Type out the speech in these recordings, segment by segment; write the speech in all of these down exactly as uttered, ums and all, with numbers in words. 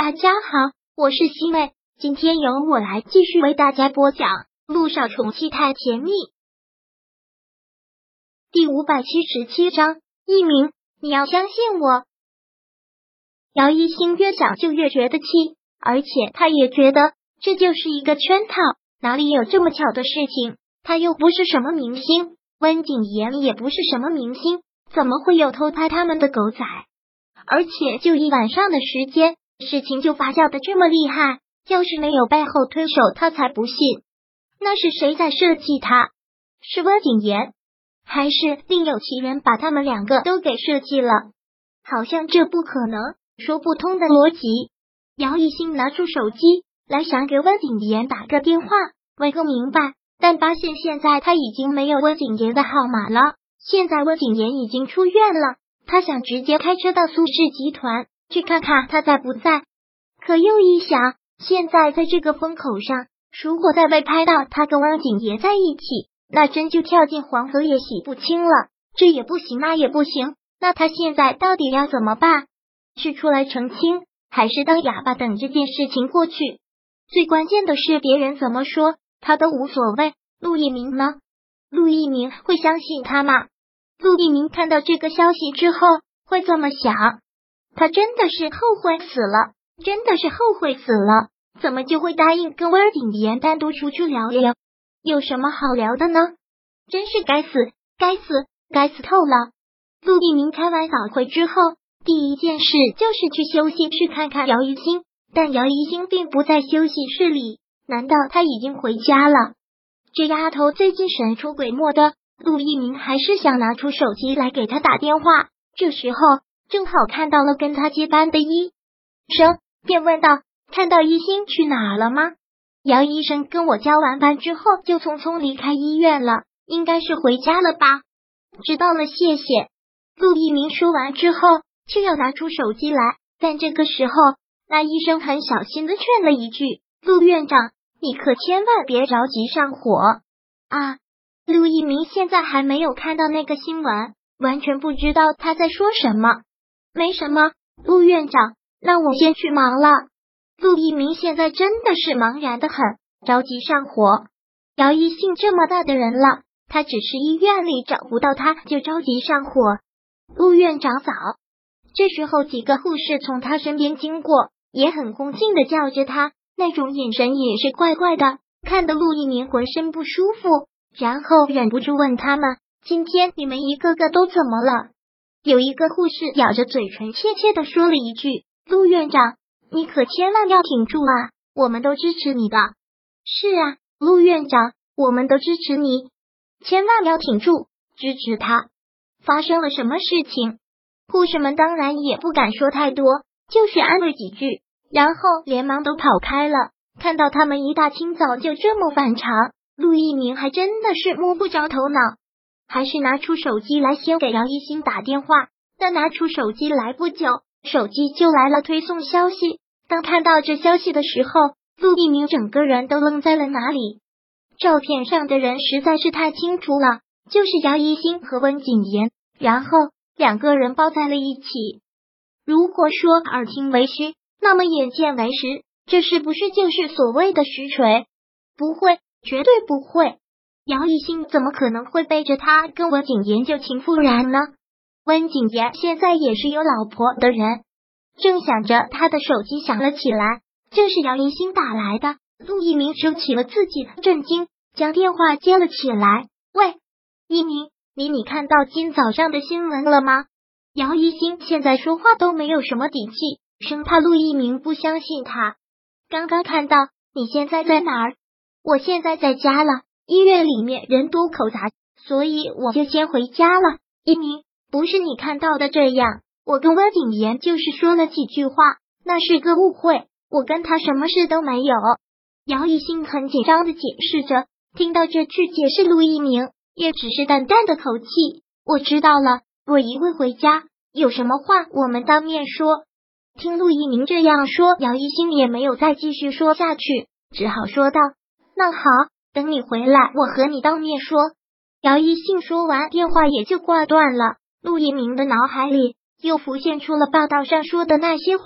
大家好，我是西妹，今天由我来继续为大家播讲《陆少宠妻太甜蜜》第五百七十七章。一鸣，你要相信我。姚一星越想就越觉得气，而且他也觉得这就是一个圈套，哪里有这么巧的事情？他又不是什么明星，温景言也不是什么明星，怎么会有偷拍他们的狗仔？而且就一晚上的时间，事情就发酵的这么厉害，要是没有背后推手，他才不信。那是谁在设计他？是温景言，还是另有其人把他们两个都给设计了？好像这不可能，说不通的逻辑。姚一星拿出手机来想给温景言打个电话问个明白，但发现现在他已经没有温景言的号码了。现在温景言已经出院了，他想直接开车到苏氏集团去看看他在不在。可又一想，现在在这个风口上，如果再被拍到他跟温景言在一起，那真就跳进黄河也洗不清了。这也不行，那也不行，那他现在到底要怎么办？是出来澄清，还是当哑巴等这件事情过去？最关键的是别人怎么说他都无所谓。陆一鸣呢？陆一鸣会相信他吗？陆一鸣看到这个消息之后会这么想，他真的是后悔死了，真的是后悔死了，怎么就会答应跟温景言单独出去聊聊？有什么好聊的呢？真是该死，该死，该死透了。陆一鸣开完早会之后，第一件事就是去休息室看看姚一星，但姚一星并不在休息室里，难道他已经回家了？这丫头最近神出鬼没的，陆一鸣还是想拿出手机来给他打电话。这时候正好看到了跟他接班的医生，便问道：看到一星去哪了吗？姚医生跟我交完班之后就匆匆离开医院了，应该是回家了吧？知道了，谢谢。陆一鸣说完之后就要拿出手机来，但这个时候那医生很小心的劝了一句：陆院长，你可千万别着急上火啊！陆一鸣现在还没有看到那个新闻，完全不知道他在说什么。没什么，陆院长，那我先去忙了。陆一鸣现在真的是茫然的很，着急上火。姚一信这么大的人了，他只是医院里找不到他就着急上火。陆院长早。这时候几个护士从他身边经过，也很恭敬的叫着他，那种眼神也是怪怪的，看得陆一鸣浑身不舒服，然后忍不住问他们：今天你们一个个都怎么了？有一个护士咬着嘴唇怯怯的说了一句：陆院长，你可千万要挺住啊，我们都支持你的。是啊，陆院长，我们都支持你，千万要挺住，支持他。发生了什么事情？护士们当然也不敢说太多，就是安慰几句，然后连忙都跑开了。看到他们一大清早就这么反常，陆一鸣还真的是摸不着头脑，还是拿出手机来先给姚一星打电话。但拿出手机来不久，手机就来了推送消息。当看到这消息的时候，陆一鸣整个人都愣在了哪里。照片上的人实在是太清楚了，就是姚一星和温景言，然后两个人抱在了一起。如果说耳听为虚，那么眼见为实，这是不是就是所谓的实锤？不会，绝对不会。姚一星怎么可能会背着他跟温景言旧情复燃呢？温景言现在也是有老婆的人。正想着，他的手机响了起来，正是姚一星打来的。陆一鸣收起了自己的震惊，将电话接了起来。喂，一鸣，你你看到今早上的新闻了吗？姚一星现在说话都没有什么底气，生怕陆一鸣不相信他。刚刚看到。你现在在哪儿？我现在在家了，医院里面人多口杂，所以我就先回家了。一鸣，不是你看到的这样，我跟温景言就是说了几句话，那是个误会，我跟他什么事都没有。姚一星很紧张的解释着，听到这句解释，陆一鸣也只是淡淡的口气。我知道了，我一会回家，有什么话我们当面说。听陆一鸣这样说，姚一星也没有再继续说下去，只好说道：那好，等你回来我和你当面说。姚一星说完电话也就挂断了。陆一鸣的脑海里又浮现出了报道上说的那些话，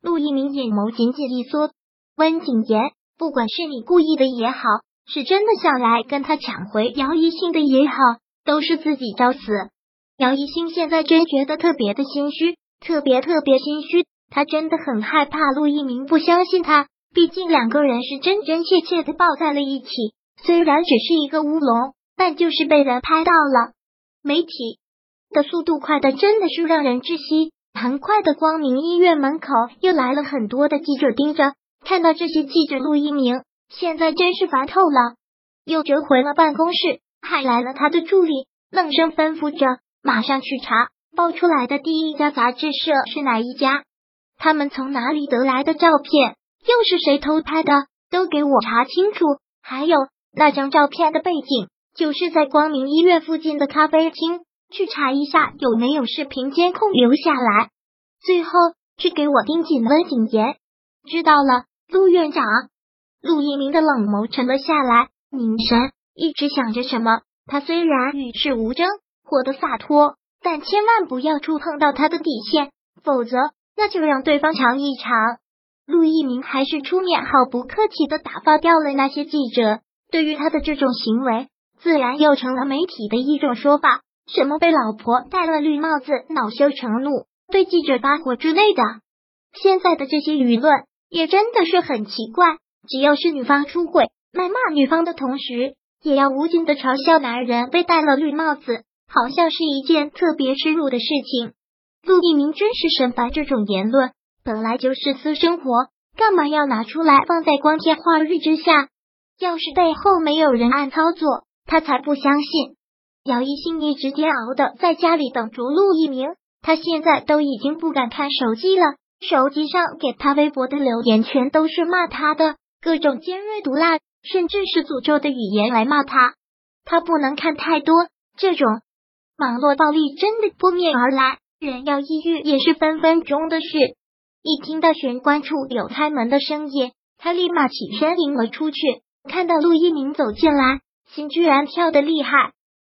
陆一鸣眼眸紧紧一缩，温景言，不管是你故意的也好，是真的想来跟他抢回姚一兴的也好，都是自己找死。姚一兴现在真觉得特别的心虚，特别特别心虚，他真的很害怕陆一鸣不相信他，毕竟两个人是真真切切的抱在了一起，虽然只是一个乌龙，但就是被人拍到了。媒体的速度快的真的是让人窒息，很快的光明医院门口又来了很多的记者盯着，看到这些记者，陆一鸣现在真是烦透了，又折回了办公室，还来了他的助理，冷声吩咐着马上去查爆出来的第一家杂志社是哪一家，他们从哪里得来的照片，又是谁偷拍的，都给我查清楚。还有那张照片的背景就是在光明医院附近的咖啡厅，去查一下有没有视频监控留下来。最后去给我盯紧温景言。知道了，陆院长。陆一鸣的冷眸沉了下来，凝神一直想着什么。他虽然与世无争，活得洒脱，但千万不要触碰到他的底线，否则那就让对方尝一尝。陆一鸣还是出面毫不客气的打发掉了那些记者，对于他的这种行为，自然又成了媒体的一种说法，什么被老婆戴了绿帽子，恼羞成怒，对记者发火之类的。现在的这些舆论也真的是很奇怪，只要是女方出轨，谩骂女方的同时，也要无尽的嘲笑男人被戴了绿帽子，好像是一件特别耻辱的事情。陆一鸣真是神烦这种言论，本来就是私生活，干嘛要拿出来放在光天化日之下？要是背后没有人暗操作，他才不相信。姚一兴一直煎熬的在家里等着陆一鸣，他现在都已经不敢看手机了，手机上给他微博的留言全都是骂他的，各种尖锐毒辣，甚至是诅咒的语言来骂他。他不能看太多，这种网络暴力真的扑面而来，人要抑郁也是分分钟的事。一听到玄关处有开门的声音，他立马起身迎了出去，看到陆一鸣走进来，心居然跳得厉害。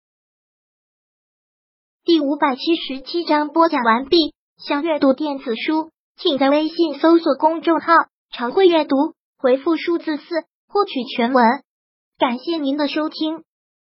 第五百七十七章播讲完毕。想阅读电子书，请在微信搜索公众号常会阅读，回复数字四获取全文。感谢您的收听。